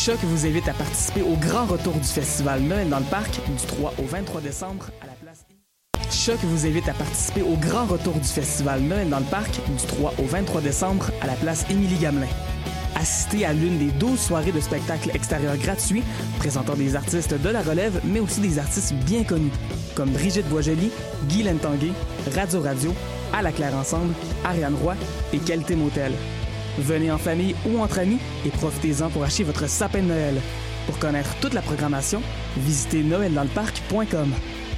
Choc vous invite à participer au grand retour du festival Noël dans le parc du 3 au 23 décembre à la place... Choc vous invite à participer au grand retour du festival Noël dans le parc du 3 au 23 décembre à la place Émilie-Gamelin. Assistez à l'une des 12 soirées de spectacles extérieurs gratuits présentant des artistes de la relève, mais aussi des artistes bien connus, comme Brigitte Boisjoli, Guy Lentanguay, Radio Radio, À la Claire Ensemble, Ariane Roy et Qualité Motel. Venez en famille ou entre amis et profitez-en pour acheter votre sapin de Noël. Pour connaître toute la programmation, visitez noeldansleparc.com.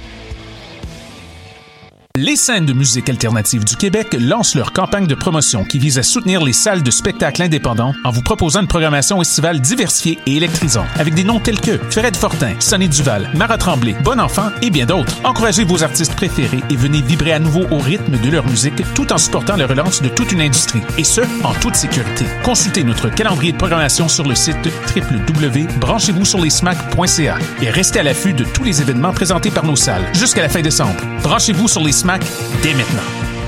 Les scènes de musique alternative du Québec lancent leur campagne de promotion qui vise à soutenir les salles de spectacles indépendants en vous proposant une programmation estivale diversifiée et électrisante avec des noms tels que Fred Fortin, Sonny Duval, Mara Tremblay, Bon Enfant et bien d'autres. Encouragez vos artistes préférés et venez vibrer à nouveau au rythme de leur musique tout en supportant la relance de toute une industrie et ce, en toute sécurité. Consultez notre calendrier de programmation sur le site www.branchez-vous-sur-les-smac.ca et restez à l'affût de tous les événements présentés par nos salles jusqu'à la fin décembre. Branchez-vous sur les SMAC dès maintenant.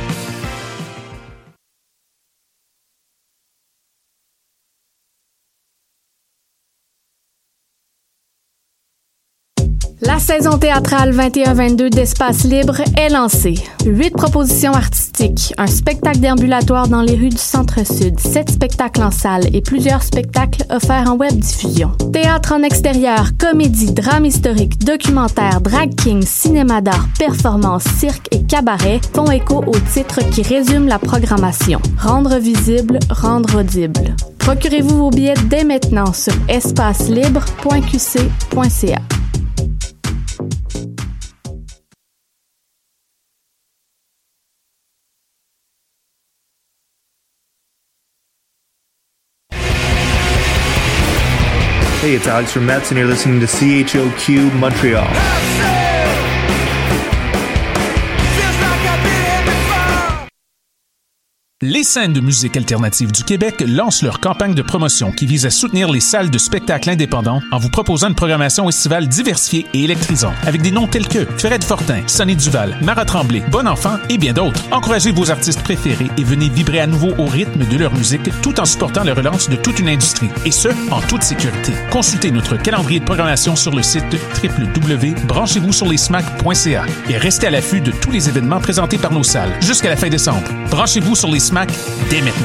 La saison théâtrale 21-22 d'Espace Libre est lancée. 8 propositions artistiques, un spectacle déambulatoire dans les rues du Centre-Sud, 7 spectacles en salle et plusieurs spectacles offerts en web diffusion. Théâtre en extérieur, comédie, drame historique, documentaire, drag king, cinéma d'art, performance, cirque et cabaret font écho aux titres qui résument la programmation. Rendre visible, rendre audible. Procurez-vous vos billets dès maintenant sur espacelibre.qc.ca. Hey, it's Alex from Metz, and you're listening to CHOQ Montreal. Les scènes de musique alternative du Québec lancent leur campagne de promotion qui vise à soutenir les salles de spectacles indépendants en vous proposant une programmation estivale diversifiée et électrisante avec des noms tels que Fred Fortin, Sonny Duval, Mara Tremblay, Bon Enfant et bien d'autres. Encouragez vos artistes préférés et venez vibrer à nouveau au rythme de leur musique tout en supportant la relance de toute une industrie et ce, en toute sécurité. Consultez notre calendrier de programmation sur le site www.branchez-vous-sur-les-smac.ca et restez à l'affût de tous les événements présentés par nos salles jusqu'à la fin décembre. Branchez-vous sur les SMAC dès maintenant.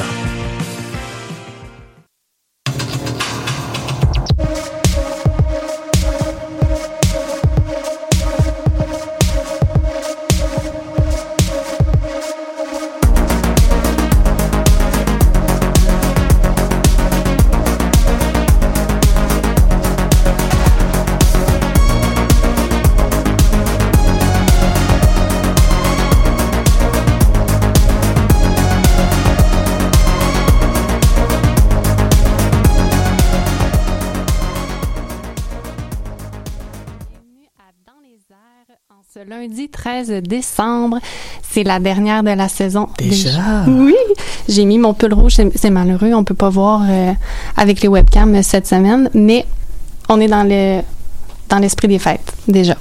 Lundi 13 décembre, c'est la dernière de la saison. Déjà? Oui! J'ai mis mon pull rouge, c'est malheureux, on peut pas voir avec les webcams cette semaine, mais on est dans l'esprit des fêtes, déjà.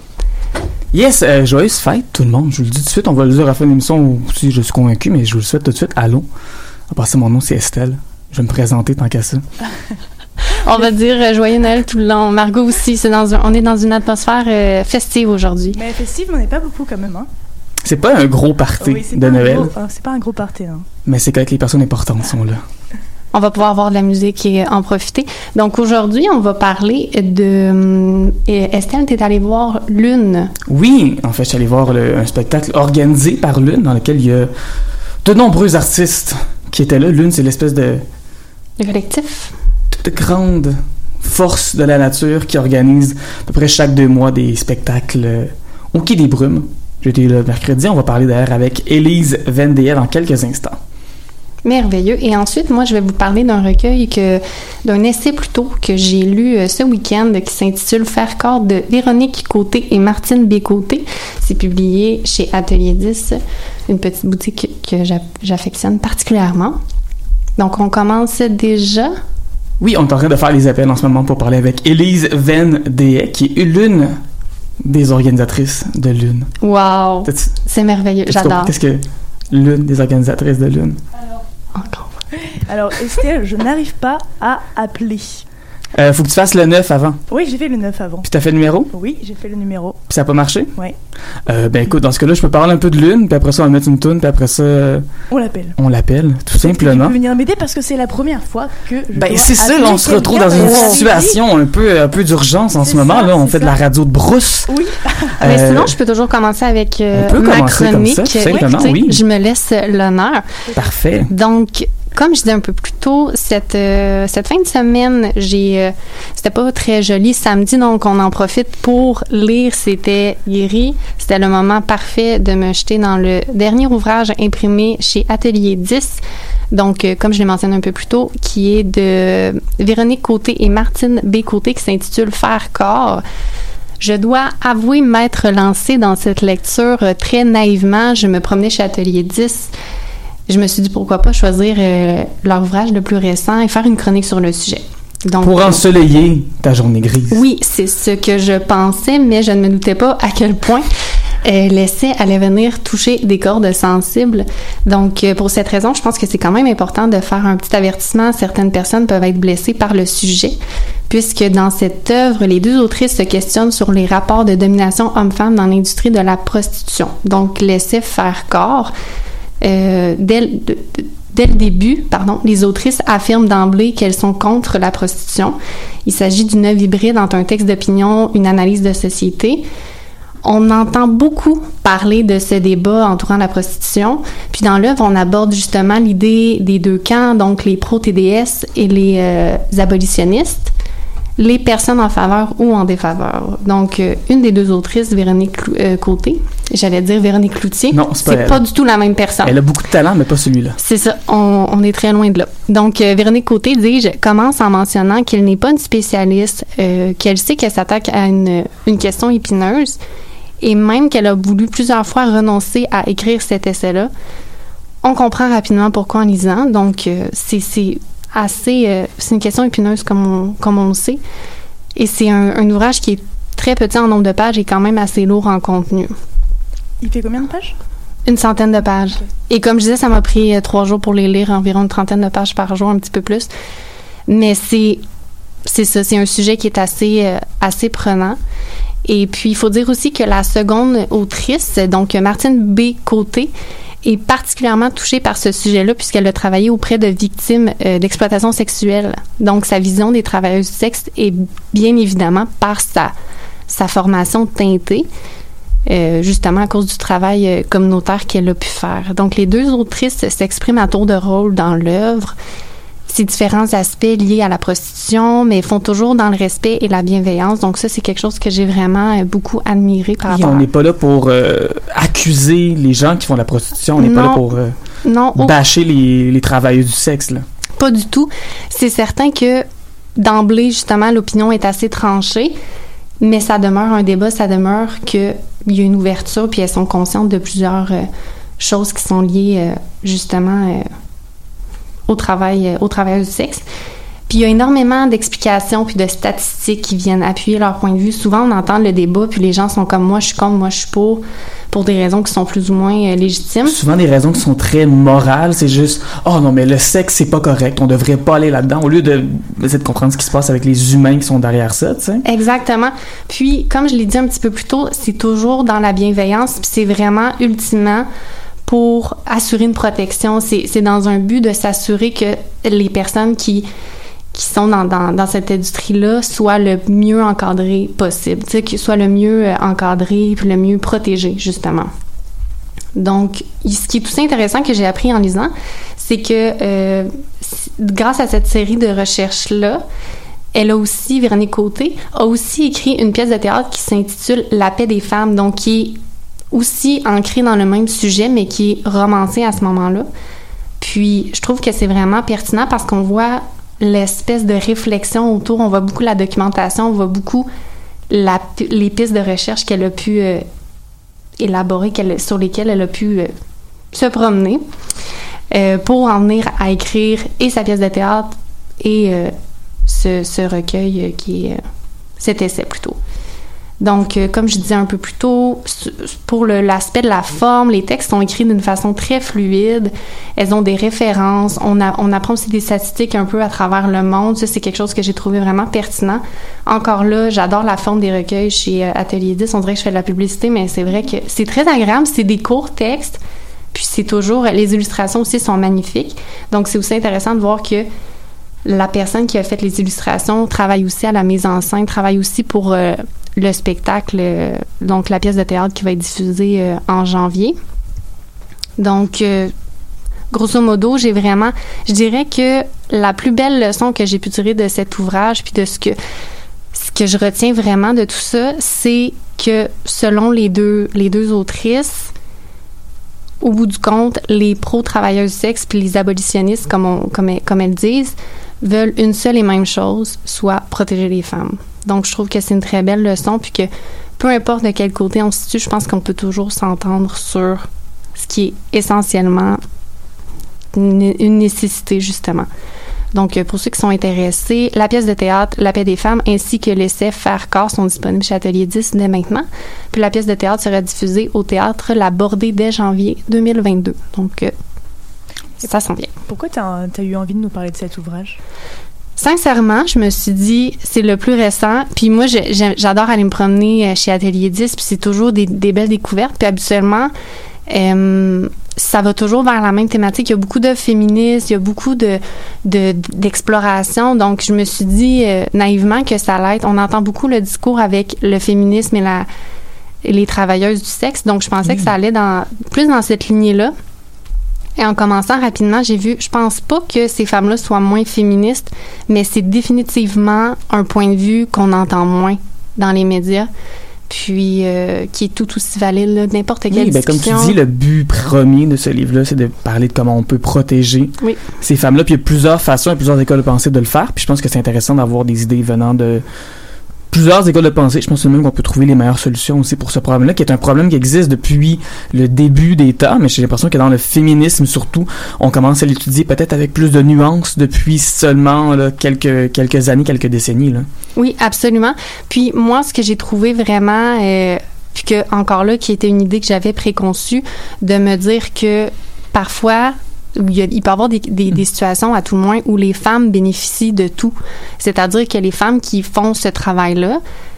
Yes, joyeuse fête tout le monde, je vous le dis tout de suite, on va le dire à la fin de l'émission aussi, je suis convaincu, mais je vous le souhaite tout de suite. Allô? À part ça, mon nom c'est Estelle, je vais me présenter tant qu'à ça. On va dire joyeux Noël tout le long. Margot aussi, on est dans une atmosphère festive aujourd'hui. Mais festive, on n'est pas beaucoup quand même, hein? C'est pas un gros party de Noël. C'est pas un gros party, hein? Mais c'est quand les personnes importantes sont là. On va pouvoir voir de la musique et en profiter. Donc aujourd'hui, on va parler de... Estelle, t'es allée voir Lune. Oui, en fait, je suis allée voir un spectacle organisé par Lune, dans lequel il y a de nombreux artistes qui étaient là. Lune, c'est l'espèce de... Le collectif? De grande force de la nature qui organise à peu près chaque 2 mois des spectacles au Quai des Brumes. J'étais là mercredi, on va parler d'ailleurs avec Élise Vendée dans quelques instants. Merveilleux. Et ensuite, moi, je vais vous parler d'un recueil, d'un essai plutôt, que j'ai lu ce week-end qui s'intitule « Faire corps » de Véronique Côté et Martine B. Côté. C'est publié chez Atelier 10, une petite boutique que j'affectionne particulièrement. Donc, on commence déjà... Oui, on est en train de faire les appels en ce moment pour parler avec Élise Vendée, qui est l'une des organisatrices de Lune. Wow! C'est merveilleux, j'adore. Qu'est-ce que l'une des organisatrices de Lune? Alors, Estelle, je n'arrive pas à appeler. Faut que tu fasses le 9 avant. Oui, j'ai fait le 9 avant. Puis t'as fait le numéro? Oui, j'ai fait le numéro. Puis ça n'a pas marché? Oui. Écoute, dans ce cas-là, je peux parler un peu de l'une, puis après ça, on va mettre une toune, puis après ça... On l'appelle. On l'appelle, tout simplement. Tu peux venir m'aider parce que c'est la première fois que je c'est ça, là, on se retrouve dans une situation un peu d'urgence en ce moment. Là, on fait de la radio de brousse. Oui. Mais sinon, je peux toujours commencer avec ma chronique. Comme ça, tout simplement, oui. Je me laisse l'honneur. Parfait. Donc, comme je disais un peu plus tôt, cette fin de semaine, c'était pas très joli. Samedi, donc, on en profite pour lire C'était guéri. C'était le moment parfait de me jeter dans le dernier ouvrage imprimé chez Atelier 10. Donc, comme je l'ai mentionné un peu plus tôt, qui est de Véronique Côté et Martine B. Côté, qui s'intitule Faire corps. Je dois avouer m'être lancée dans cette lecture très naïvement. Je me promenais chez Atelier 10. Je me suis dit pourquoi pas choisir leur ouvrage le plus récent et faire une chronique sur le sujet. Donc, pour ensoleiller ta journée grise. Oui, c'est ce que je pensais, mais je ne me doutais pas à quel point l'essai allait venir toucher des cordes sensibles. Donc, pour cette raison, je pense que c'est quand même important de faire un petit avertissement. Certaines personnes peuvent être blessées par le sujet, puisque dans cette œuvre, les deux autrices se questionnent sur les rapports de domination homme-femme dans l'industrie de la prostitution. Donc, l'essai Faire corps, dès le début, les autrices affirment d'emblée qu'elles sont contre la prostitution. Il s'agit d'une œuvre hybride entre un texte d'opinion, une analyse de société. On entend beaucoup parler de ce débat entourant la prostitution. Puis dans l'œuvre, on aborde justement l'idée des deux camps, donc les pro-TDS et les abolitionnistes, les personnes en faveur ou en défaveur. Donc, une des deux autrices, Véronique Côté, j'allais dire Véronique Cloutier. Non, c'est pas du tout la même personne. Elle a beaucoup de talent, mais pas celui-là. C'est ça, on est très loin de là. Donc, Véronique Côté, dis-je, commence en mentionnant qu'elle n'est pas une spécialiste, qu'elle sait qu'elle s'attaque à une question épineuse, et même qu'elle a voulu plusieurs fois renoncer à écrire cet essai-là. On comprend rapidement pourquoi en lisant. Donc, c'est une question épineuse comme on le sait. Et c'est un ouvrage qui est très petit en nombre de pages et quand même assez lourd en contenu. Il fait combien de pages? Une centaine de pages. Okay. Et comme je disais, ça m'a pris 3 jours pour les lire, environ une trentaine de pages par jour, un petit peu plus. Mais c'est ça, c'est un sujet qui est assez prenant. Et puis, il faut dire aussi que la seconde autrice, donc Martine B. Côté, est particulièrement touchée par ce sujet-là puisqu'elle a travaillé auprès de victimes d'exploitation sexuelle. Donc, sa vision des travailleuses du sexe est bien évidemment par sa formation teintée, justement à cause du travail communautaire qu'elle a pu faire. Donc, les deux autrices s'expriment à tour de rôle dans l'œuvre. Ces différents aspects liés à la prostitution, mais font toujours dans le respect et la bienveillance. Donc ça, c'est quelque chose que j'ai vraiment beaucoup admiré par rapport à... On n'est pas là pour accuser les gens qui font de la prostitution. On n'est pas là pour bâcher les travailleurs du sexe, là. Pas du tout. C'est certain que d'emblée, justement, l'opinion est assez tranchée, mais ça demeure un débat, ça demeure qu'il y a une ouverture, puis elles sont conscientes de plusieurs choses qui sont liées, justement... au travail du sexe. Puis il y a énormément d'explications puis de statistiques qui viennent appuyer leur point de vue. Souvent, on entend le débat, puis les gens sont comme « moi, je suis contre, moi, je suis pour des raisons qui sont plus ou moins légitimes. Souvent des raisons qui sont très morales. C'est juste « oh non, mais le sexe, c'est pas correct. On devrait pas aller là-dedans. » Au lieu d'essayer de comprendre ce qui se passe avec les humains qui sont derrière ça, tu sais. Exactement. Puis, comme je l'ai dit un petit peu plus tôt, c'est toujours dans la bienveillance, puis c'est vraiment, ultimement, pour assurer une protection. C'est dans un but de s'assurer que les personnes qui sont dans cette industrie-là soient le mieux encadrées possible, tu sais, qu'ils soient le mieux encadrées puis le mieux protégées, justement. Donc, ce qui est tout intéressant que j'ai appris en lisant, c'est que grâce à cette série de recherches-là, Véronique Côté, a aussi écrit une pièce de théâtre qui s'intitule « La paix des femmes », donc qui est aussi ancré dans le même sujet, mais qui est romancé à ce moment-là. Puis, je trouve que c'est vraiment pertinent parce qu'on voit l'espèce de réflexion autour, on voit beaucoup la documentation, on voit beaucoup les pistes de recherche qu'elle a pu élaborer, sur lesquelles elle a pu se promener pour en venir à écrire et sa pièce de théâtre et ce recueil qui est cet essai plutôt. Donc, comme je disais un peu plus tôt, pour l'aspect de la forme, les textes sont écrits d'une façon très fluide. Elles ont des références. On apprend aussi des statistiques un peu à travers le monde. Ça, c'est quelque chose que j'ai trouvé vraiment pertinent. Encore là, j'adore la forme des recueils chez Atelier 10. On dirait que je fais de la publicité, mais c'est vrai que c'est très agréable. C'est des courts textes. Puis c'est toujours... Les illustrations aussi sont magnifiques. Donc, c'est aussi intéressant de voir que la personne qui a fait les illustrations travaille aussi à la mise en scène, travaille aussi pour... le spectacle, donc la pièce de théâtre qui va être diffusée en janvier. Donc, grosso modo, je dirais que la plus belle leçon que j'ai pu tirer de cet ouvrage, puis de ce que je retiens vraiment de tout ça, c'est que selon les deux autrices, au bout du compte, les pro-travailleuses du sexe puis les abolitionnistes, comme elles disent, veulent une seule et même chose, soit protéger les femmes. Donc, je trouve que c'est une très belle leçon, puis que peu importe de quel côté on se situe, je pense qu'on peut toujours s'entendre sur ce qui est essentiellement une nécessité, justement. Donc, pour ceux qui sont intéressés, la pièce de théâtre La paix des femmes ainsi que l'essai Faire corps sont disponibles chez Atelier 10 dès maintenant. Puis la pièce de théâtre sera diffusée au théâtre La Bordée dès janvier 2022. Donc, ça s'en vient. Pourquoi t'as eu envie de nous parler de cet ouvrage? Sincèrement, je me suis dit, c'est le plus récent. Puis moi, j'adore aller me promener chez Atelier 10, puis c'est toujours des belles découvertes. Puis habituellement, ça va toujours vers la même thématique. Il y a beaucoup d'œuvres féministes, il y a beaucoup d'exploration. Donc, je me suis dit naïvement que ça allait être... On entend beaucoup le discours avec le féminisme et les travailleuses du sexe. Donc, je pensais que ça allait plus dans cette lignée-là. Et en commençant rapidement, j'ai vu, je pense pas que ces femmes-là soient moins féministes, mais c'est définitivement un point de vue qu'on entend moins dans les médias, puis qui est tout aussi valide, là, n'importe quelle discussion. Comme tu dis, le but premier de ce livre-là, c'est de parler de comment on peut protéger ces femmes-là, puis il y a plusieurs façons et plusieurs écoles de pensée de le faire, puis je pense que c'est intéressant d'avoir des idées venant de plusieurs écoles de pensée. Je pense même qu'on peut trouver les meilleures solutions aussi pour ce problème-là, qui est un problème qui existe depuis le début des temps, mais j'ai l'impression que dans le féminisme, surtout, on commence à l'étudier peut-être avec plus de nuances depuis seulement là, quelques années, quelques décennies. Là. Oui, absolument. Puis moi, ce que j'ai trouvé vraiment, puis que encore là, qui était une idée que j'avais préconçue, de me dire que parfois... Il peut y avoir des situations, à tout le moins, où les femmes bénéficient de tout. C'est-à-dire que les femmes qui font ce travail-là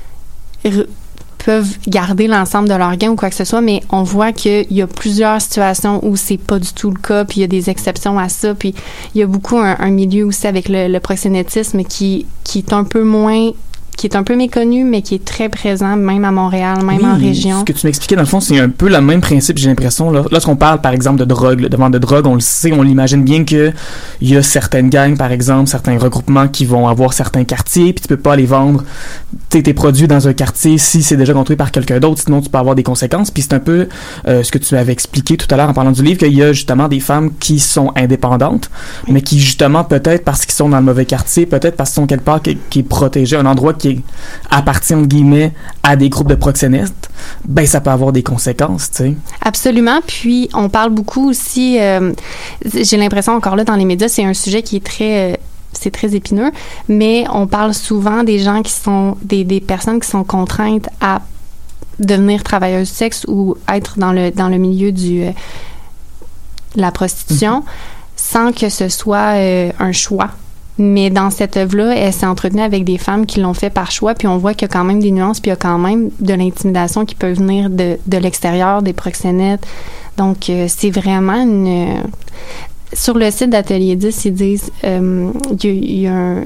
peuvent garder l'ensemble de leurs gains ou quoi que ce soit, mais on voit qu'il y a plusieurs situations où c'est pas du tout le cas, puis il y a des exceptions à ça, puis il y a beaucoup un milieu aussi avec le proxénétisme qui est un peu moins... qui est un peu méconnu, mais qui est très présent, même à Montréal, même en région. Ce que tu m'expliquais, dans le fond, c'est un peu le même principe, j'ai l'impression. Lorsqu'on parle, par exemple, de drogue, de vente de drogue, on le sait, on l'imagine bien que il y a certaines gangs, par exemple, certains regroupements qui vont avoir certains quartiers, puis tu peux pas aller vendre tes produits dans un quartier si c'est déjà contrôlé par quelqu'un d'autre, sinon tu peux avoir des conséquences. Puis c'est un peu ce que tu avais expliqué tout à l'heure en parlant du livre, qu'il y a justement des femmes qui sont indépendantes, mais qui, justement, peut-être parce qu'ils sont dans le mauvais quartier, peut-être parce qu'ils sont quelque part qui est protégé, un endroit qui appartient, entre guillemets, à des groupes de proxénètes, ben ça peut avoir des conséquences, tu sais. Absolument. Puis, on parle beaucoup aussi, j'ai l'impression encore là, dans les médias, c'est un sujet qui est c'est très épineux, mais on parle souvent des gens qui sont, des personnes qui sont contraintes à devenir travailleuses du sexe ou être dans le milieu de la prostitution, sans que ce soit un choix. Mais dans cette œuvre-là, elle s'est entretenue avec des femmes qui l'ont fait par choix, puis on voit qu'il y a quand même des nuances, puis il y a quand même de l'intimidation qui peut venir de l'extérieur, des proxénètes. Donc, c'est vraiment une... Sur le site d'Atelier 10, ils disent... il y a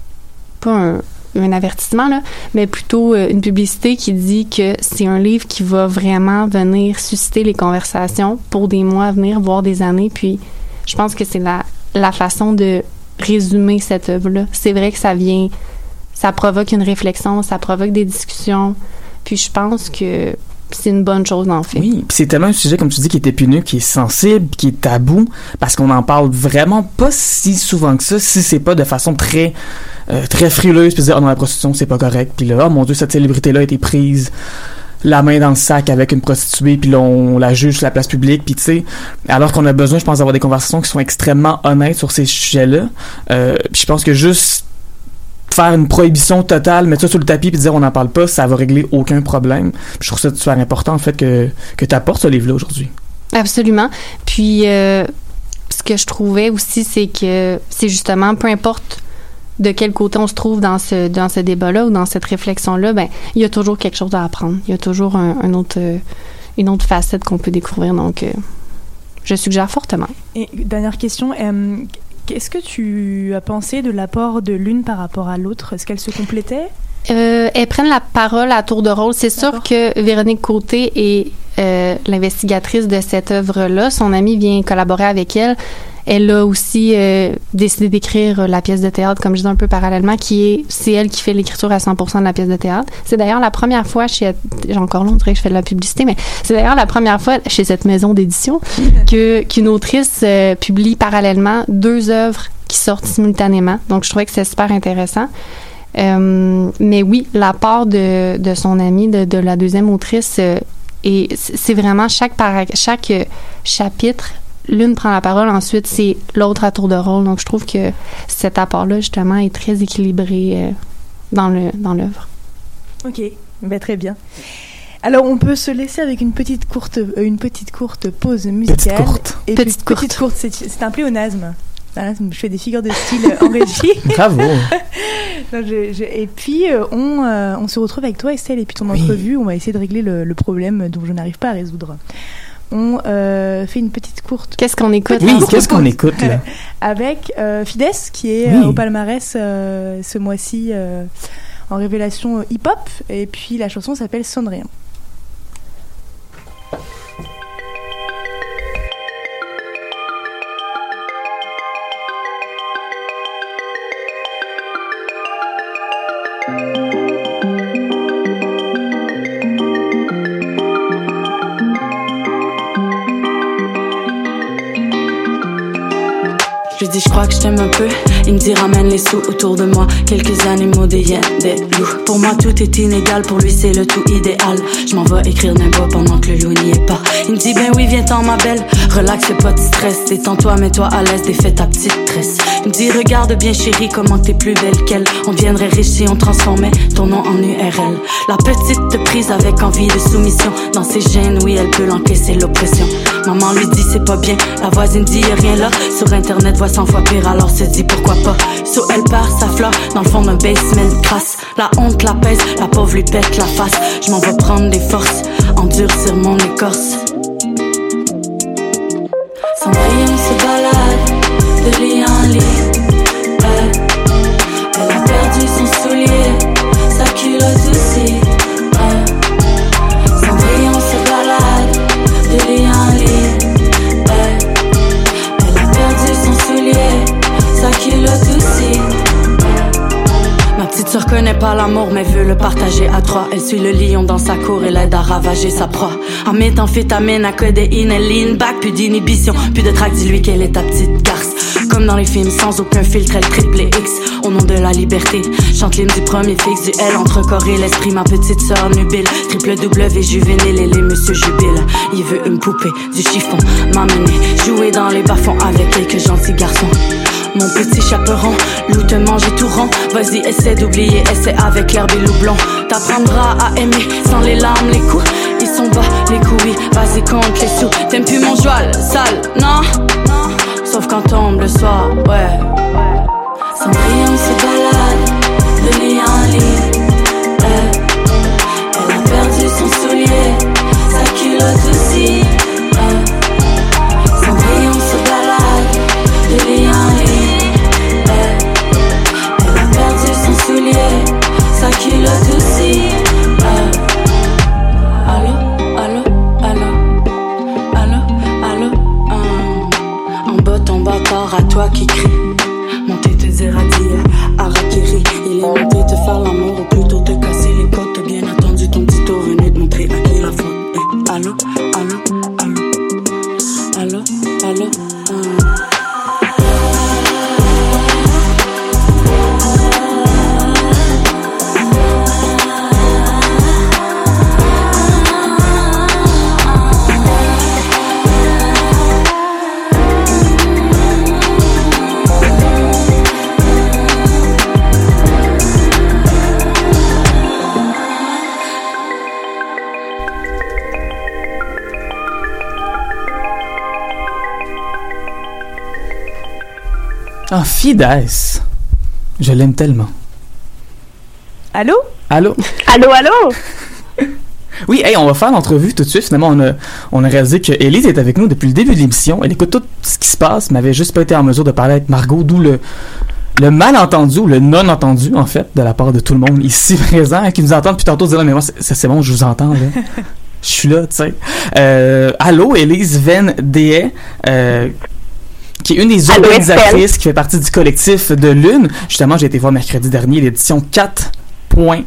un avertissement, là, mais plutôt une publicité qui dit que c'est un livre qui va vraiment venir susciter les conversations pour des mois à venir, voire des années. Puis, je pense que c'est la façon de résumer cette œuvre-là. C'est vrai que ça provoque une réflexion, ça provoque des discussions, puis je pense que c'est une bonne chose en fait. Oui, puis c'est tellement un sujet, comme tu dis, qui est épineux, qui est sensible, qui est tabou, parce qu'on en parle vraiment pas si souvent que ça, si c'est pas de façon très frileuse, puis dire « Ah non, la prostitution, c'est pas correct », puis là « Oh mon Dieu, cette célébrité-là a été prise la main dans le sac avec une prostituée, puis là, on la juge sur la place publique, puis tu sais, alors qu'on a besoin, je pense, d'avoir des conversations qui sont extrêmement honnêtes sur ces sujets-là. Puis je pense que juste faire une prohibition totale, mettre ça sur le tapis puis dire on n'en parle pas, ça va régler aucun problème. Puis je trouve ça super important en fait que tu apportes ce livre-là aujourd'hui. Absolument. Puis ce que je trouvais aussi, c'est que c'est justement, peu importe de quel côté on se trouve dans ce débat-là ou dans cette réflexion-là, ben il y a toujours quelque chose à apprendre. Il y a toujours une autre facette qu'on peut découvrir. Donc, je suggère fortement. Et dernière question, qu'est-ce que tu as pensé de l'apport de l'une par rapport à l'autre? Est-ce qu'elles se complétaient? Elles prennent la parole à tour de rôle. C'est sûr que Véronique Côté est l'investigatrice de cette œuvre-là. Son amie vient collaborer avec elle. Elle a aussi décidé d'écrire la pièce de théâtre, comme je disais un peu parallèlement, c'est elle qui fait l'écriture à 100% de la pièce de théâtre. C'est d'ailleurs la première fois j'ai encore là, on dirait que je fais de la publicité, mais c'est d'ailleurs la première fois chez cette maison d'édition qu'une autrice publie parallèlement 2 œuvres qui sortent simultanément. Donc, je trouvais que c'est super intéressant. Mais oui, l'apport de son amie, de la deuxième autrice, et c'est vraiment chaque chapitre, l'une prend la parole, ensuite c'est l'autre à tour de rôle. Donc je trouve que cet apport-là justement est très équilibré dans l'œuvre. Ok, ben, très bien. Alors on peut se laisser avec une petite courte pause musicale. Petite courte, c'est un pléonasme. Voilà, je fais des figures de style en régie. Bravo. Et puis on se retrouve avec toi, Estelle, et puis ton entrevue. On va essayer de régler le problème dont je n'arrive pas à résoudre. On fait une petite courte. Qu'est-ce qu'on écoute? Oui, qu'est-ce qu'on écoute là? Avec Fides, qui est au palmarès ce mois-ci en révélation hip-hop. Et puis la chanson s'appelle Cendrillon. Je dis je crois que je t'aime un peu. Il me dit ramène les sous autour de moi. Quelques animaux, des hyènes, des loups. Pour moi tout est inégal, pour lui c'est le tout idéal. Je m'en vais écrire d'un bois pendant que le loup n'y est pas. Il me dit ben oui viens-t'en ma belle. Relax, fais pas de stress. Détends-toi, mets-toi à l'aise, défais ta petite tresse. Il me dit regarde bien chérie comment t'es plus belle qu'elle. On deviendrait riche si on transformait ton nom en URL. La petite te prise avec envie de soumission. Dans ses gènes, oui elle peut l'encaisser l'oppression. Maman lui dit c'est pas bien. La voisine dit y'a rien là. Sur internet voit 100 fois pire, alors se dit pourquoi pas. So elle part sa fleur dans le fond d'un basement crasse. La honte la pèse, la pauvre lui pète la face. Je m'en vais prendre des forces, endurcir mon écorce. Cendrillon se balade de lit en lit. Elle a perdu son soulier, sa culotte aussi. Cendrillon se balade de lit en lit. Sa culotte aussi. Ma petite sœur connaît pas l'amour mais veut le partager à 3. Elle suit le lion dans sa cour et l'aide à ravager sa proie. En méthamphétamine, à codéine, elle lean back. Plus d'inhibition, plus de trac, dis-lui qu'elle est ta petite garce. Comme dans les films, sans aucun filtre, elle triple X. Au nom de la liberté, chante l'hymne du premier fixe. Du L entre corps et l'esprit, ma petite sœur nubile. Triple W juvénile et les monsieur jubilent. Il veut une poupée, du chiffon, m'amener jouer dans les bas-fonds avec quelques gentils garçons. Mon petit chaperon, loup te mange tout rond. Vas-y, essaie d'oublier, essaie avec l'herbe et loup blond. T'apprendras à aimer sans les larmes, les coups. Ils sont bas, les coups, oui, vas-y, compte les sous. T'aimes plus mon joie, sale, non? Sauf quand tombe le soir, ouais. Cendrillon se balade de lit en lit. Elle a perdu son soulier, sa culotte aussi. Cendrillon se balade de lit en lit. Elle a perdu son soulier, sa culotte aussi. Allô, allô, allô, allô, allô. En bas ton bâtard à toi qui crie. Monter te dire à dire, Harakiri. Il est monté te faire l'amour ou plutôt te casser les côtes. T'as bien attendu ton petit tour venu te montrer à qui la faute. Eh, allô, allô, allô, allô, allô. Ah, Fidesz. Je l'aime tellement. Allô? Allô? Allô, allô? Oui, hey, on va faire l'entrevue tout de suite. Finalement, on a réalisé que Élise est avec nous depuis le début de l'émission. Elle écoute tout ce qui se passe, mais avait juste pas été en mesure de parler avec Margot, d'où le malentendu, ou le non-entendu, en fait, de la part de tout le monde ici présent, qui nous entend depuis tantôt dire « Mais moi, c'est bon, je vous entends, là. » Je suis là, tu sais. Allô, Élise Venn Deshaies, qui est une des organisatrices qui fait partie du collectif de Lune. Justement, j'ai été voir mercredi dernier l'édition 4.2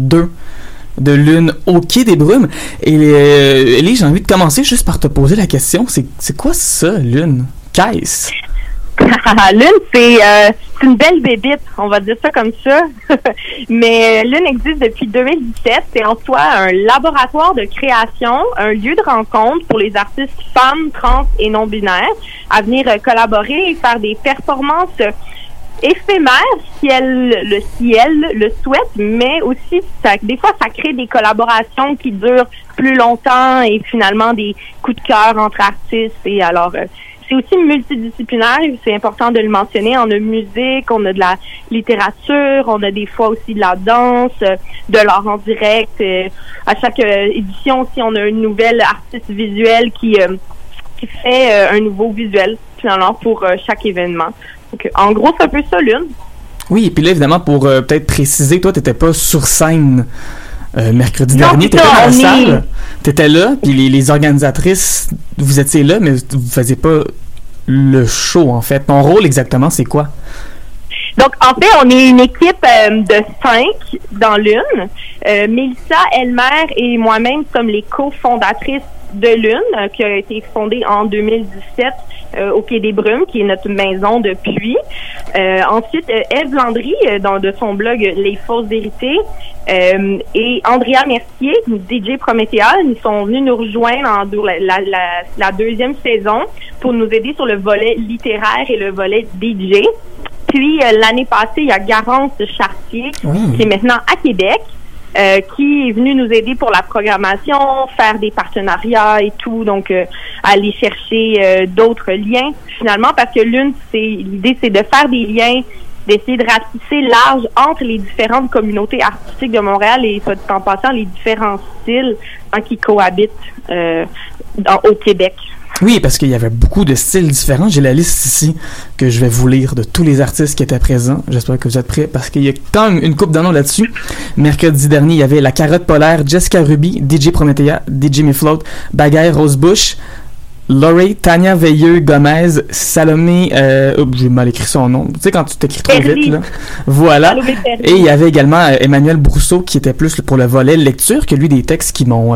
de Lune au Quai des Brumes. Et Élise, j'ai envie de commencer juste par te poser la question. C'est quoi ça, Lune? Qu'est-ce? Lune, c'est une belle bébite, on va dire ça comme ça. Mais Lune existe depuis 2017. C'est en soi un laboratoire de création, un lieu de rencontre pour les artistes femmes, trans et non-binaires à venir collaborer et faire des performances éphémères si elles le souhaitent, mais aussi des fois ça crée des collaborations qui durent plus longtemps et finalement des coups de cœur entre artistes. Et alors c'est aussi multidisciplinaire, c'est important de le mentionner. On a musique, on a de la littérature, on a des fois aussi de la danse, de l'art en direct. À chaque édition aussi, on a une nouvelle artiste visuelle qui fait un nouveau visuel finalement pour chaque événement. Donc, en gros, c'est un peu ça, Lune. Oui, et puis là, évidemment, pour peut-être préciser, toi, t'étais pas sur scène mercredi dernier, t'étais dans la salle, t'étais là, puis les organisatrices, vous étiez là, mais vous faisiez pas le show, en fait. Ton rôle, exactement, c'est quoi? Donc, en fait, on est une équipe de 5 dans Lune. Mélissa, Elmer et moi-même sommes les cofondatrices de Lune, qui a été fondée en 2017 au Quai des Brumes, qui est notre maison depuis. Ensuite, Ève Landry, de son blog Les Fausses Vérités, et Andrea Mercier, DJ Prométhéa, ils sont venus nous rejoindre dans la deuxième saison pour nous aider sur le volet littéraire et le volet DJ. Puis, l'année passée, il y a Garance Chartier, qui est maintenant à Québec, qui est venu nous aider pour la programmation, faire des partenariats et tout, donc aller chercher d'autres liens finalement, parce que l'idée c'est de faire des liens, d'essayer de ratisser large entre les différentes communautés artistiques de Montréal et en passant les différents styles qui cohabitent au Québec. Oui, parce qu'il y avait beaucoup de styles différents. J'ai la liste ici que je vais vous lire de tous les artistes qui étaient présents. J'espère que vous êtes prêts parce qu'il y a quand même une couple de noms là-dessus. Mercredi dernier, il y avait La Carotte Polaire, Jessica Ruby, DJ Prométhéa, DJ Mifloat, Bagaille Rosebush, Laurie, Tania Veilleux Gomez, Salomé, j'ai mal écrit son nom. Tu sais, quand tu t'écris trop vite, là. Voilà. Et il y avait également Emmanuel Brousseau qui était plus pour le volet lecture, que lui, des textes qui m'ont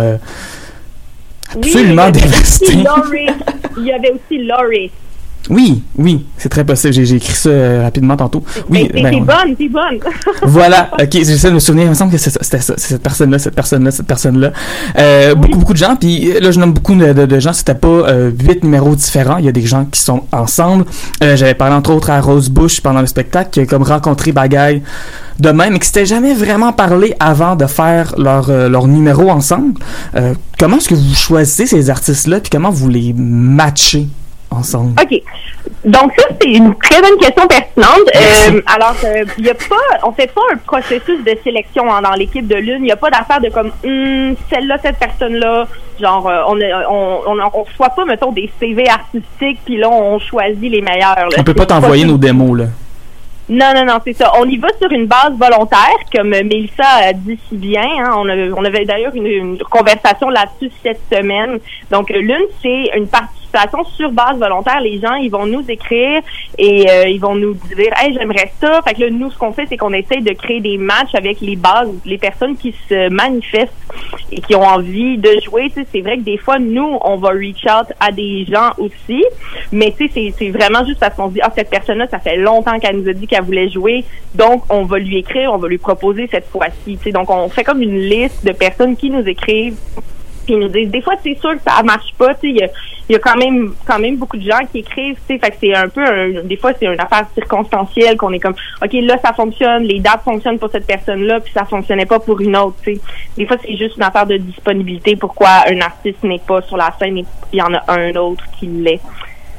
absolument dévasté. Il y avait aussi Laurie. Oui, c'est très possible. J'ai écrit ça rapidement tantôt. Oui, t'es bonne. Voilà. Ok, j'essaie de me souvenir. Il me semble que c'était cette personne-là. Beaucoup de gens. Puis là, je nomme beaucoup de gens. C'était pas 8 numéros différents. Il y a des gens qui sont ensemble. J'avais parlé entre autres à Rosebush pendant le spectacle, qui a comme rencontré Bagaille de même, mais qui s'était jamais vraiment parlé avant de faire leur numéro ensemble. Comment est-ce que vous choisissez ces artistes-là, puis comment vous les matchez ensemble? OK. Donc ça, c'est une très bonne question pertinente. Alors, il y a pas, on fait pas un processus de sélection dans l'équipe de Lune. Il y a pas d'affaire de comme celle-là, cette personne-là. Genre, on reçoit pas, mettons, des CV artistiques, puis là, on choisit les meilleurs. Là. On peut pas t'envoyer nos démos, là. Non, c'est ça. On y va sur une base volontaire, comme Mélissa a dit si bien. Hein. On avait d'ailleurs une conversation là-dessus cette semaine. Donc, Lune, c'est une participation sur base volontaire. Les gens, ils vont nous écrire et ils vont nous dire « Hey, j'aimerais ça ». Fait que là, nous, ce qu'on fait, c'est qu'on essaye de créer des matchs avec les bases, les personnes qui se manifestent et qui ont envie de jouer. Tu sais, c'est vrai que des fois, nous, on va reach out à des gens aussi, mais tu sais, c'est vraiment juste parce qu'on se dit « Ah, cette personne-là, ça fait longtemps qu'elle nous a dit qu'elle voulait jouer, donc on va lui écrire, on va lui proposer cette fois-ci. » Tu sais, donc, on fait comme une liste de personnes qui nous écrivent puis ils nous disent, des fois, c'est sûr que ça marche pas, tu sais, il y a quand même beaucoup de gens qui écrivent, tu sais, fait que c'est un peu, des fois, c'est une affaire circonstancielle qu'on est comme, OK, là, ça fonctionne, les dates fonctionnent pour cette personne-là, puis ça fonctionnait pas pour une autre, tu sais. Des fois, c'est juste une affaire de disponibilité, pourquoi un artiste n'est pas sur la scène et il y en a un autre qui l'est.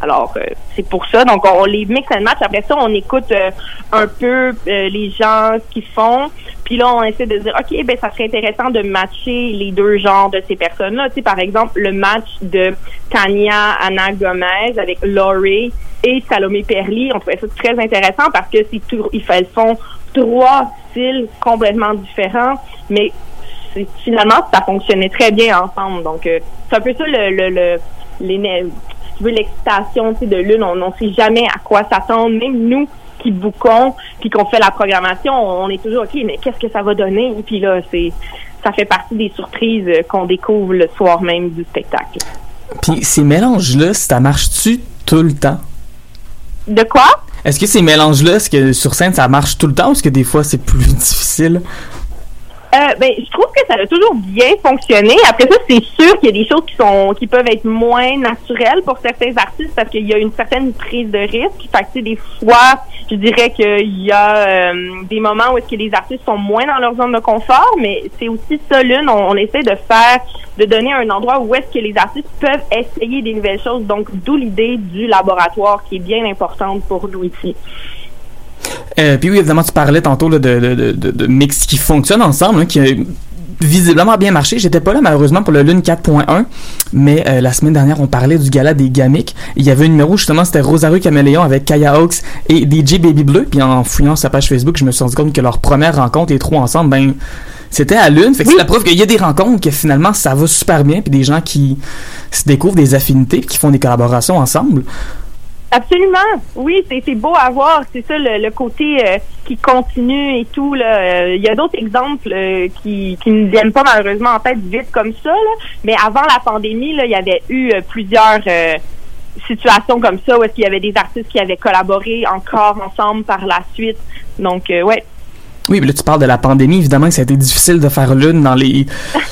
Alors, c'est pour ça. Donc, on les mix and match. Après ça, on écoute un peu les gens qui font. Puis là, on essaie de dire, OK, ben ça serait intéressant de matcher les deux genres de ces personnes-là. Tu sais, par exemple, le match de Tania Anna Gomez avec Laurie et Salomé Perly. On trouvait ça très intéressant parce que ils font 3 styles complètement différents, mais finalement, ça fonctionnait très bien ensemble. Donc, c'est un peu ça l'excitation, tu sais, de l'une. On sait jamais à quoi s'attendre. Même nous qui bookons, puis qu'on fait la programmation, on est toujours, OK, mais qu'est-ce que ça va donner? Puis là, ça fait partie des surprises qu'on découvre le soir même du spectacle. Puis ces mélanges-là, ça marche-tu tout le temps? De quoi? Est-ce que ces mélanges-là, est-ce que sur scène, ça marche tout le temps ou est-ce que des fois, c'est plus difficile? Je trouve que ça a toujours bien fonctionné. Après ça, c'est sûr qu'il y a des choses qui peuvent être moins naturelles pour certains artistes parce qu'il y a une certaine prise de risque. Fait que, des fois, je dirais qu'il y a des moments où est-ce que les artistes sont moins dans leur zone de confort, mais c'est aussi ça, l'une. On essaie de donner un endroit où est-ce que les artistes peuvent essayer des nouvelles choses. Donc, d'où l'idée du laboratoire qui est bien importante pour nous ici. Puis oui, évidemment, tu parlais tantôt là, de mix qui fonctionnent ensemble, hein, qui a visiblement bien marché. J'étais pas là, malheureusement, pour le Lune 4.1, mais la semaine dernière, on parlait du gala des Gamiques. Il y avait un numéro, justement, c'était Rosario Caméléon avec Kaya Hawks et DJ Baby Bleu. Puis en fouillant sa page Facebook, je me suis rendu compte que leur première rencontre, les 3 ensemble, c'était à Lune. Fait que c'est la preuve qu'il y a des rencontres, que finalement, ça va super bien, puis des gens qui se découvrent des affinités, puis qui font des collaborations ensemble. Absolument, oui, c'est beau à voir, c'est ça le côté qui continue et tout là. Il y a d'autres exemples qui ne viennent pas malheureusement en tête vite comme ça là, mais avant la pandémie là, il y avait eu plusieurs situations comme ça où est-ce qu'il y avait des artistes qui avaient collaboré encore ensemble par la suite. Donc ouais. Oui, mais là, tu parles de la pandémie. Évidemment que ça a été difficile de faire Lune dans les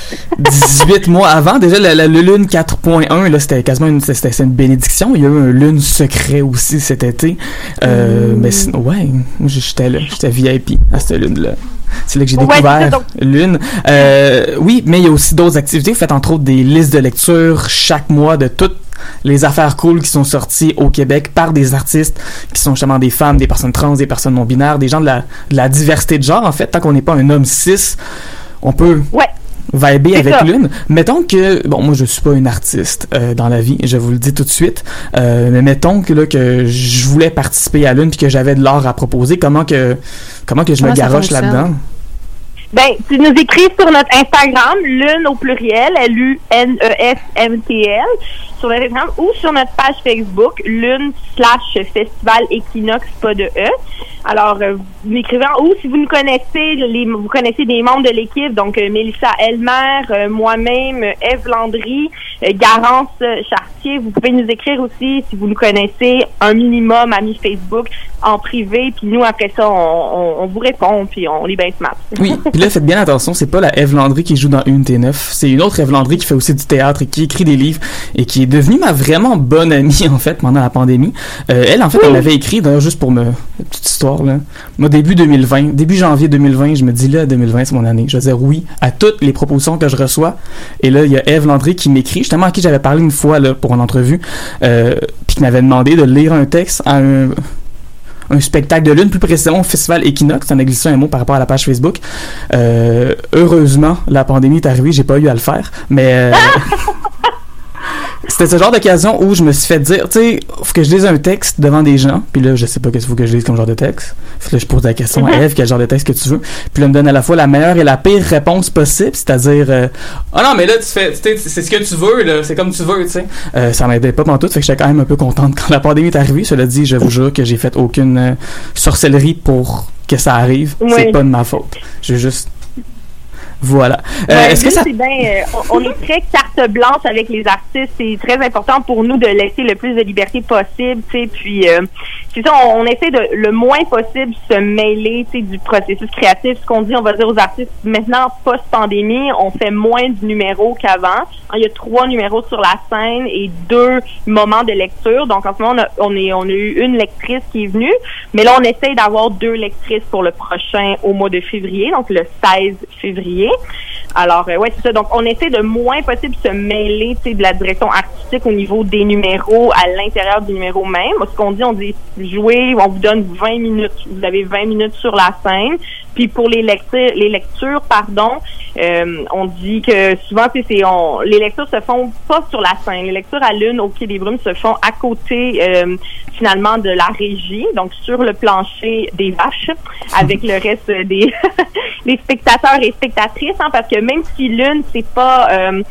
18 mois avant. Déjà, le Lune 4.1, là, c'était quasiment c'était une bénédiction. Il y a eu un Lune secret aussi cet été. Mais ouais, j'étais là. J'étais VIP à cette Lune-là. C'est là que j'ai découvert Lune. Oui, mais il y a aussi d'autres activités. Vous faites entre autres des listes de lecture chaque mois de toutes les affaires cool qui sont sorties au Québec par des artistes qui sont justement des femmes, des personnes trans, des personnes non binaires, des gens de la diversité de genre. En fait, tant qu'on n'est pas un homme cis, on peut vibrer avec Lune. Mettons que, bon, moi je suis pas une artiste dans la vie, je vous le dis tout de suite, mais mettons que je voulais participer à Lune puis que j'avais de l'art à proposer, comment que je me garoche là-dedans? Ben, tu nous écris sur notre Instagram, Lune au pluriel, LUNESMTL, sur notre Instagram, ou sur notre page Facebook, Lune/Festival Equinox, pas de E. Alors, vous m'écrivez, ou si vous nous connaissez, vous connaissez des membres de l'équipe, donc Mélissa Elmer, moi-même, Ève Landry, Garance Chartier, vous pouvez nous écrire aussi si vous nous connaissez, un minimum amis Facebook en privé, puis nous après ça on vous répond, puis on est bien smart. Oui, puis là faites bien attention, c'est pas la Ève Landry qui joue dans Une T9, c'est une autre Ève Landry qui fait aussi du théâtre et qui écrit des livres et qui est devenue ma vraiment bonne amie en fait pendant la pandémie. Elle en fait elle m'avait écrit, d'ailleurs juste pour une petite histoire là, moi début janvier 2020, je me dis là 2020 c'est mon année, je vais dire oui à toutes les propositions que je reçois, et là il y a Ève Landry qui m'écrit, justement à qui j'avais parlé une fois là pour une entrevue, puis qui m'avait demandé de lire un texte à un spectacle de Lune, plus précisément au Festival Equinox. On a glissé un mot par rapport à la page Facebook. Heureusement, la pandémie est arrivée, j'ai pas eu à le faire, mais c'était ce genre d'occasion où je me suis fait dire, tu sais, faut que je lise un texte devant des gens, puis là, je sais pas qu'est-ce qu'il faut que je lise comme genre de texte. Fait que là, je pose la question à Ève, quel genre de texte que tu veux, puis là, elle me donne à la fois la meilleure et la pire réponse possible, c'est-à-dire, non, mais là, c'est ce que tu veux, là, c'est comme tu veux, tu sais. Ça m'aidait pas pantoute, fait que j'étais quand même un peu contente quand la pandémie est arrivée. Cela dit, je vous jure que j'ai fait aucune sorcellerie pour que ça arrive. Oui. C'est pas de ma faute. J'ai juste... Voilà. Est-ce que ça... on est très carte blanche avec les artistes. C'est très important pour nous de laisser le plus de liberté possible, tu sais. Puis c'est ça, on essaie de le moins possible se mêler, tu sais, du processus créatif. Ce qu'on dit, on va dire aux artistes, maintenant post-pandémie, on fait moins de numéros qu'avant. Il y a 3 numéros sur la scène et 2 moments de lecture. Donc en ce moment, on a eu une lectrice qui est venue, mais là on essaie d'avoir 2 lectrices pour le prochain au mois de février, donc le 16 février. Alors, ouais, c'est ça. Donc, on essaie de moins possible se mêler, tu sais, de la direction artistique pratique au niveau des numéros à l'intérieur du numéro même. Ce qu'on dit, on dit jouer, on vous donne 20 minutes. Vous avez 20 minutes sur la scène. Puis pour les lectures, on dit que souvent, les lectures se font pas sur la scène. Les lectures à l'une au Quai des Brumes se font à côté, finalement, de la régie, donc sur le plancher des vaches, avec le reste des des spectateurs et spectatrices, hein, parce que même si l'une, c'est pas,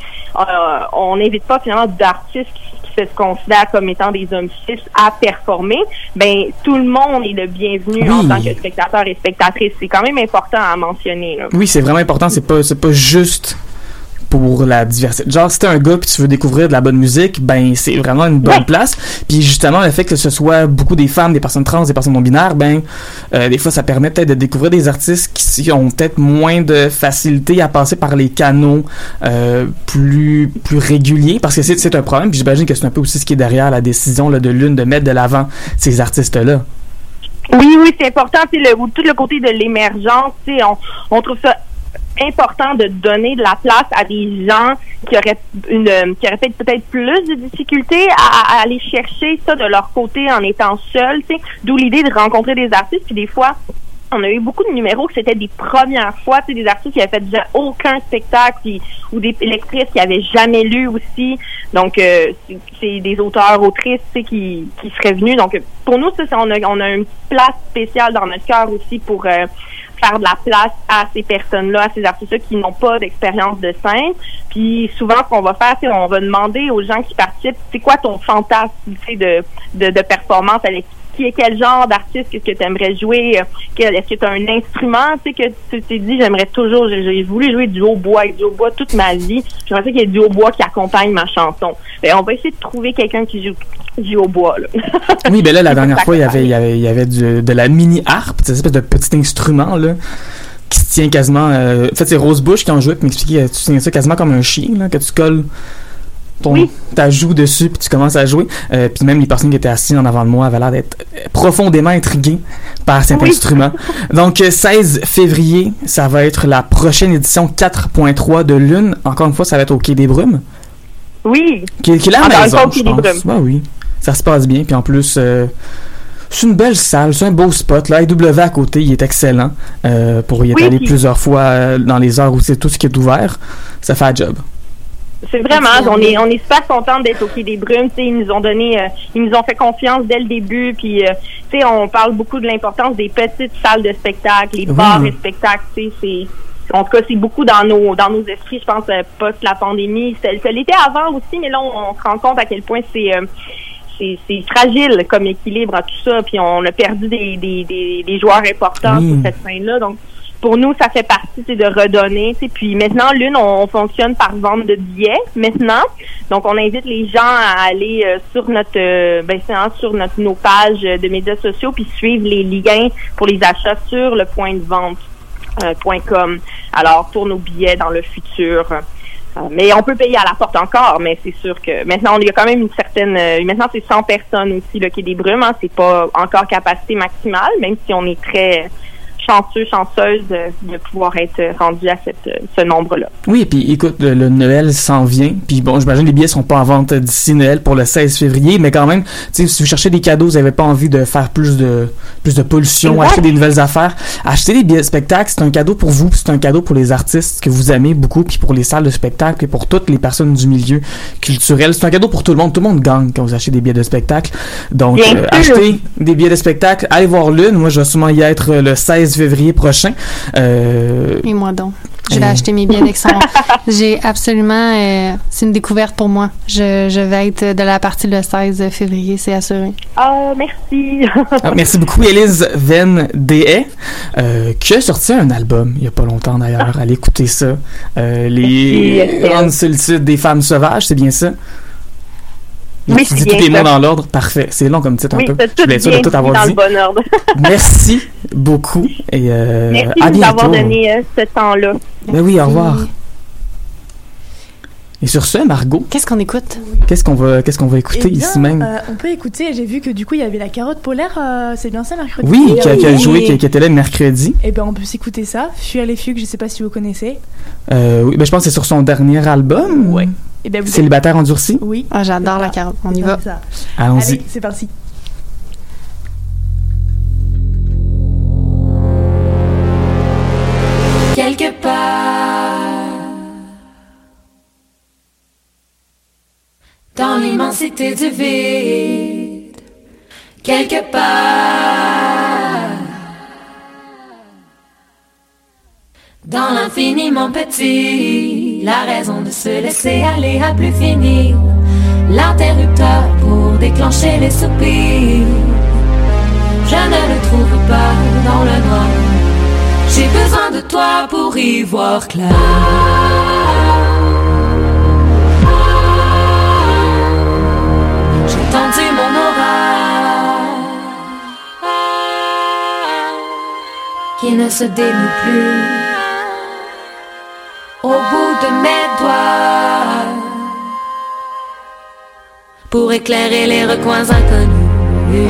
on n'invite pas finalement d'artistes qui se considèrent comme étant des hommes cis à performer, ben tout le monde est le bienvenu en tant que spectateur et spectatrice. C'est quand même important à mentionner, là. Oui, c'est vraiment important. C'est pas juste pour la diversité. Genre, si t'es un gars pis tu veux découvrir de la bonne musique, ben c'est vraiment une bonne place. Puis justement, le fait que ce soit beaucoup des femmes, des personnes trans, des personnes non-binaires, ben des fois, ça permet peut-être de découvrir des artistes qui ont peut-être moins de facilité à passer par les canaux plus réguliers, parce que c'est un problème. Puis j'imagine que c'est un peu aussi ce qui est derrière la décision là, de l'une de mettre de l'avant ces artistes-là. Oui, c'est important. Tout le côté de l'émergence, on trouve ça important de donner de la place à des gens qui auraient peut-être plus de difficultés à aller chercher ça de leur côté en étant seuls, d'où l'idée de rencontrer des artistes. Puis des fois, on a eu beaucoup de numéros que c'était des premières fois, des artistes qui avaient fait déjà aucun spectacle ou des lectrices qui avaient jamais lu aussi. Donc, c'est des auteurs, autrices, qui seraient venus. Donc, pour nous, on a une place spéciale dans notre cœur aussi pour faire de la place à ces personnes-là, à ces artistes-là qui n'ont pas d'expérience de scène. Puis souvent, ce qu'on va faire, c'est on va demander aux gens qui participent, c'est quoi ton fantasme de performance, avec quel genre d'artiste qu'est-ce que tu aimerais jouer, est-ce que tu as un instrument, que tu t'es dit, j'ai voulu jouer du hautbois toute ma vie, j'aimerais ça qu'il y ait du hautbois qui accompagne ma chanson. Ben, on va essayer de trouver quelqu'un qui joue du hautbois, là. Oui, ben là, la dernière fois, il y avait de la mini-harpe, cette espèce de petit instrument, là, qui se tient quasiment, en fait, c'est Rose Bush qui en jouait, qui m'expliquait, tu tiens ça quasiment comme un chien, là, que tu colles ta joue dessus puis tu commences à jouer, puis même les personnes qui étaient assises en avant de moi avaient l'air d'être profondément intriguées par cet instrument. Donc 16 février, ça va être la prochaine édition 4.3 de l'Une. Encore une fois, ça va être au Quai des Brumes. Oui. Qui est la maison, je pense. Ben oui, ça se passe bien, puis en plus c'est une belle salle, c'est un beau spot. Là, IW à côté, il est excellent pour y être allé plusieurs fois dans les heures où c'est tout ce qui est ouvert. Ça fait un job. C'est vraiment, on est super contents d'être au Quai des Brumes. Ils nous ont fait confiance dès le début. Puis, on parle beaucoup de l'importance des petites salles de spectacle, les bars et spectacles. En tout cas, c'est beaucoup dans nos esprits, je pense, post la pandémie. Ça l'était avant aussi, mais là, on se rend compte à quel point c'est fragile comme équilibre à tout ça. Puis, on a perdu des joueurs importants sur cette scène-là. Donc, pour nous, ça fait partie, de redonner. Puis maintenant, l'Une, on fonctionne par vente de billets maintenant. Donc, on invite les gens à aller sur nos pages de médias sociaux puis suivre les liens pour les achats sur le point de vente.com. Alors, pour nos billets dans le futur. Mais on peut payer à la porte encore, mais c'est sûr que maintenant, il y a quand même une certaine... maintenant, c'est 100 personnes aussi, le Quai des Brumes. Hein, c'est pas encore capacité maximale, même si on est très... chanceuse de pouvoir être rendu à ce nombre-là. Oui, et puis écoute, le Noël s'en vient, puis bon, j'imagine les billets sont pas en vente d'ici Noël pour le 16 février, mais quand même, tu sais, si vous cherchez des cadeaux, vous avez pas envie de faire plus de pollution, acheter des nouvelles affaires, acheter des billets de spectacle, c'est un cadeau pour vous, puis c'est un cadeau pour les artistes que vous aimez beaucoup, puis pour les salles de spectacle, et pour toutes les personnes du milieu culturel. C'est un cadeau pour tout le monde gagne quand vous achetez des billets de spectacle. Donc, achetez des billets de spectacle, allez voir l'Une, moi je vais sûrement y être le 16 février prochain. Et moi donc. Je vais acheter mes billets avec son. J'ai absolument... c'est une découverte pour moi. Je vais être de la partie le 16 février, c'est assuré. Ah, merci. Merci beaucoup, Élise Venn Deshaies, qui a sorti un album il y a pas longtemps d'ailleurs. Allez écouter ça. Les grandes solitudes des femmes sauvages, c'est bien ça? Oui, tu dis tous les mots dans l'ordre. Parfait. C'est long comme titre un peu. Je voulais être sûr de tout avoir dit. Dans le bon ordre. Merci beaucoup. Et merci à de nous bientôt. avoir donné ce temps-là. Ben oui, au revoir. Et sur ce, Margot, qu'est-ce qu'on écoute? Qu'est-ce qu'on va écouter ici même? On peut écouter, j'ai vu que du coup il y avait la carotte polaire, c'est bien ça, mercredi? Oui, qui a joué, qui était là le mercredi. Et ben on peut s'écouter ça, Fuir les fugues, je sais pas si vous connaissez. Oui, ben je pense que c'est sur son dernier album. Ouais. Eh bien, célibataire endurci? Oui. Ah, j'adore la carotte. On y va. Allons-y. Allez, c'est parti. Quelque part dans l'immensité du vide, quelque part dans l'infiniment petit, la raison de se laisser aller à plus finir, l'interrupteur pour déclencher les soupirs. Je ne le trouve pas dans le noir. J'ai besoin de toi pour y voir clair. J'ai tendu mon aura qui ne se dénoue plus au bout de mes doigts pour éclairer les recoins inconnus,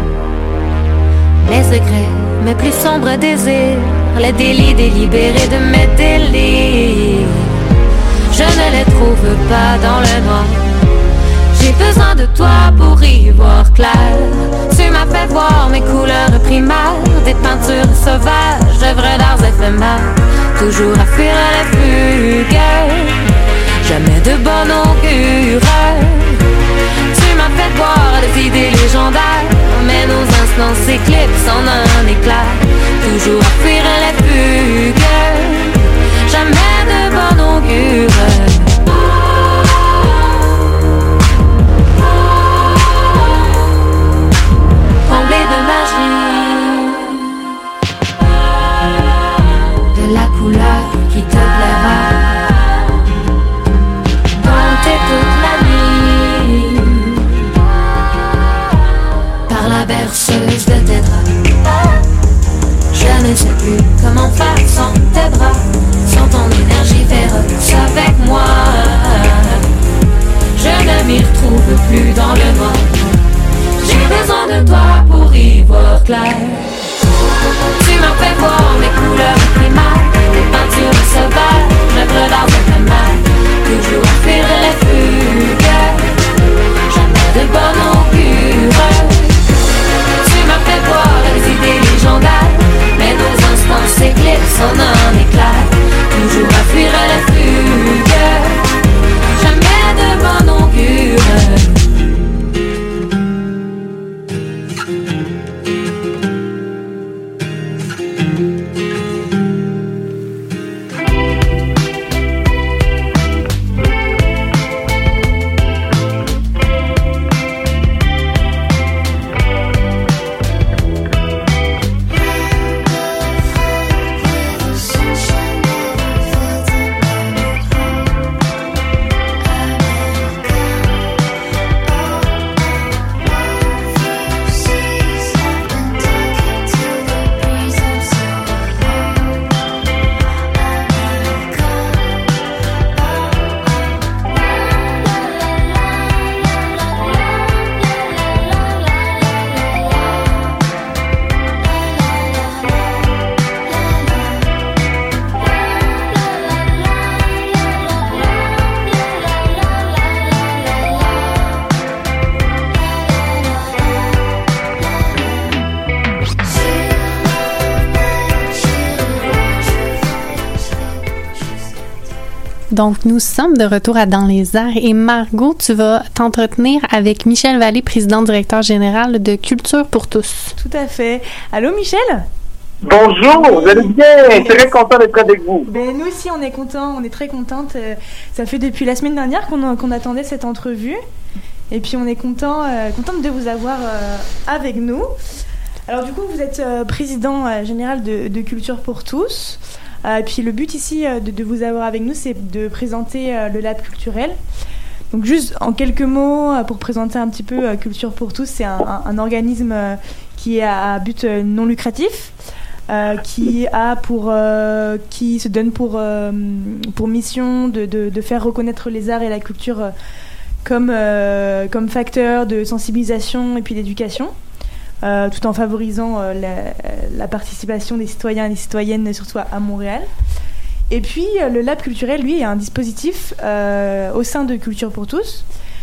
les secrets, mes plus sombres désirs, les délits délibérés de mes délires. Je ne les trouve pas dans le noir. J'ai besoin de toi pour y voir clair. Tu m'as fait voir mes couleurs primaires, des peintures sauvages, d'œuvres d'art éphémères, toujours à fuir les fugues, jamais de bon augure. Tu m'as fait voir des idées légendaires, mais nos instants s'éclipsent en un éclat, toujours à fuir les fugues, jamais de bon augure. Comblé de magie, de la couleur qui te plaira, dompter toute la nuit par la berceuse de tes draps. Je ne sais plus comment faire sans tes bras, sans ton énergie féroce avec moi. Je ne m'y retrouve plus dans le noir. J'ai besoin de toi pour y voir clair. Tu m'as fait voir mes couleurs primaires, des peintures sauvages, l'œuvre d'art éphémère, toujours à fuir les fugues, jamais de bon augure. Tu m'as fait voir les idées légendaires, mais nos instants s'éclipsent en un éclat, toujours à fuir les fugues, jamais de bon augure. Donc, nous sommes de retour à Dans les airs et Margot, tu vas t'entretenir avec Michel Vallée, président directeur général de Culture pour tous. Tout à fait. Allô, Michel? Bonjour, vous allez bien? Très content d'être avec vous. Ben, nous aussi, on est contents, on est très contentes. Ça fait depuis la semaine dernière qu'on attendait cette entrevue. Et puis, on est contente de vous avoir avec nous. Alors, du coup, vous êtes président général de Culture pour tous. Et puis le but ici de vous avoir avec nous, c'est de présenter le Lab culturel. Donc juste en quelques mots, pour présenter un petit peu Culture pour tous, c'est un organisme qui est à but non lucratif, qui se donne pour mission de faire reconnaître les arts et la culture comme facteur de sensibilisation et puis d'éducation. Tout en favorisant la participation des citoyens et des citoyennes, surtout à Montréal. Et puis, le Lab culturel, lui, est un dispositif au sein de Culture pour tous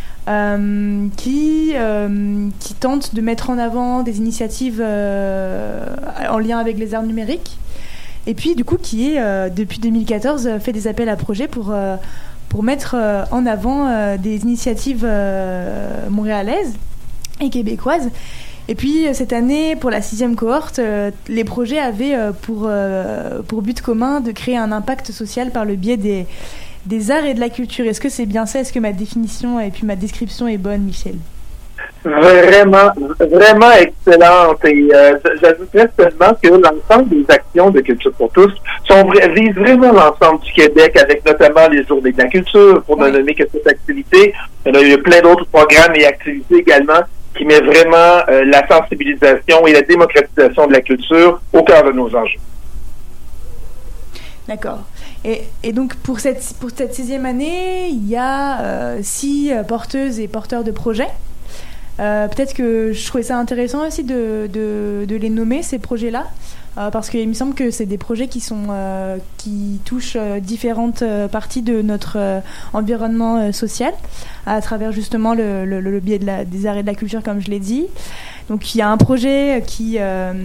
qui tente de mettre en avant des initiatives en lien avec les arts numériques. Et puis, du coup, qui depuis 2014, fait des appels à projets pour mettre en avant des initiatives montréalaises et québécoises. Et puis, cette année, pour la 6e cohorte, les projets avaient pour but commun de créer un impact social par le biais des arts et de la culture. Est-ce que c'est bien ça? Est-ce que ma définition et puis ma description est bonne, Michel? Vraiment, vraiment excellente. Et j'ajouterais seulement que l'ensemble des actions de Culture pour tous visent vraiment l'ensemble du Québec, avec notamment les Journées de la culture, pour ne nommer que cette activité. Il y a eu plein d'autres programmes et activités également qui met vraiment la sensibilisation et la démocratisation de la culture au cœur de nos enjeux. D'accord. Et donc, pour cette 6e année, il y a 6 porteuses et porteurs de projets. Peut-être que je trouvais ça intéressant aussi de les nommer, ces projets-là, parce qu'il me semble que c'est des projets qui touchent différentes parties de notre environnement social, à travers justement le biais des arts et de la culture, comme je l'ai dit. Donc il y a un projet qui est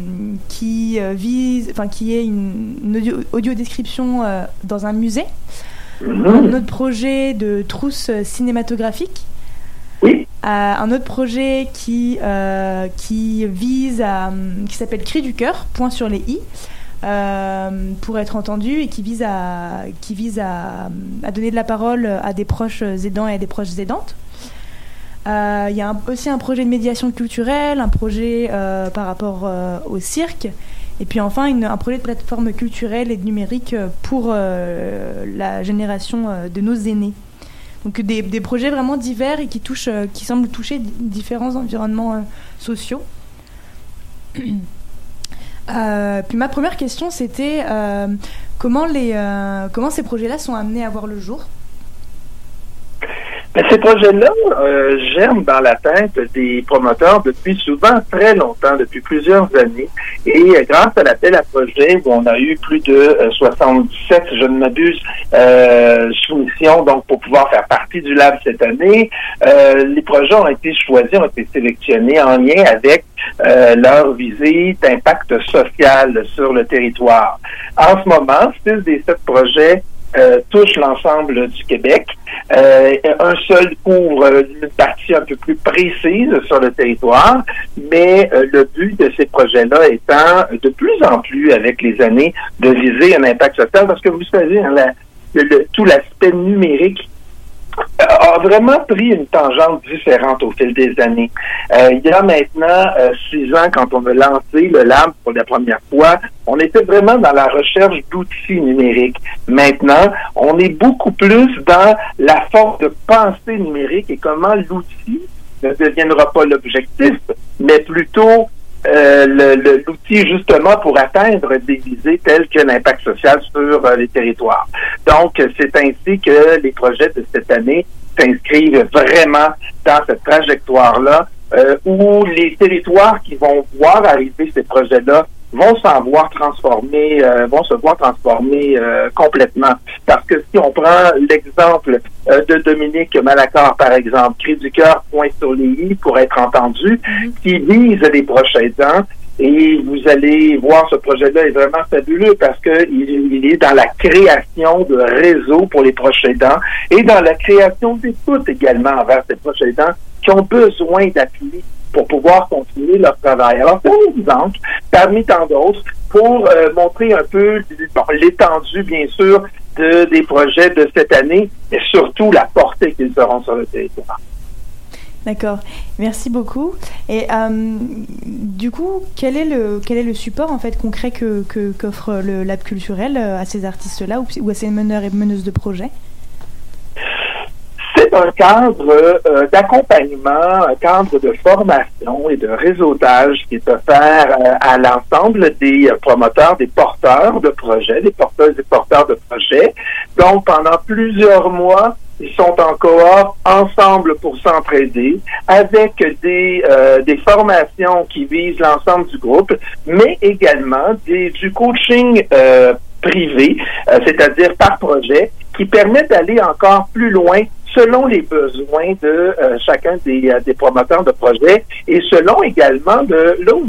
une audio-description dans un musée, un autre projet de trousse cinématographique. Oui. Un autre projet qui s'appelle Cri du cœur, point sur les i, pour être entendu, et qui vise à donner de la parole à des proches aidants et à des proches aidantes. Il y a aussi un projet de médiation culturelle, un projet par rapport au cirque, et puis enfin un projet de plateforme culturelle et numérique pour la génération de nos aînés. Donc des projets vraiment divers et qui semblent toucher différents environnements sociaux. Puis ma première question, c'était comment ces projets-là sont amenés à voir le jour? Ces projets-là germent dans la tête des promoteurs depuis souvent très longtemps, depuis plusieurs années. Et grâce à l'appel à projet, où on a eu plus de 77, je ne m'abuse, soumissions donc pour pouvoir faire partie du Lab cette année, les projets ont été choisis, ont été sélectionnés en lien avec leur visée d'impact social sur le territoire. En ce moment, 6 des 7 projets touche l'ensemble du Québec. Un seul couvre une partie un peu plus précise sur le territoire, mais le but de ces projets-là étant de plus en plus, avec les années, de viser un impact social, parce que vous savez, tout l'aspect numérique a vraiment pris une tangente différente au fil des années. Il y a maintenant 6 ans, quand on a lancé le Lab pour la première fois, on était vraiment dans la recherche d'outils numériques. Maintenant, on est beaucoup plus dans la forme de pensée numérique et comment l'outil ne deviendra pas l'objectif, mais plutôt l'outil justement pour atteindre des visées telles que l'impact social sur les territoires. Donc, c'est ainsi que les projets de cette année s'inscrivent vraiment dans cette trajectoire-là, où les territoires qui vont voir arriver ces projets-là vont se voir transformer complètement. Parce que si on prend l'exemple de Dominique Malacard, par exemple, Cri du cœur, point sur les i pour être entendu, qui vise les proches aidants, et vous allez voir, ce projet-là est vraiment fabuleux parce que il est dans la création de réseaux pour les proches aidants et dans la création d'écoute également envers ces proches aidants qui ont besoin d'appui pour pouvoir continuer leur travail. Alors, c'est un exemple, parmi tant d'autres, pour montrer un peu l'étendue, bien sûr, des projets de cette année, et surtout la portée qu'ils auront sur le territoire. D'accord, merci beaucoup. Et du coup, quel est le support en fait concret qu'offre le Lab culturel à ces artistes-là ou à ces meneurs et meneuses de projets? C'est un cadre d'accompagnement, un cadre de formation et de réseautage qui est offert à l'ensemble des promoteurs, des porteurs de projets, des porteuses et porteurs de projets. Donc, pendant plusieurs mois, ils sont en cohorte ensemble pour s'entraider avec des formations qui visent l'ensemble du groupe, mais également du coaching privée, c'est-à-dire par projet, qui permet d'aller encore plus loin selon les besoins de chacun des promoteurs de projets et selon également de là où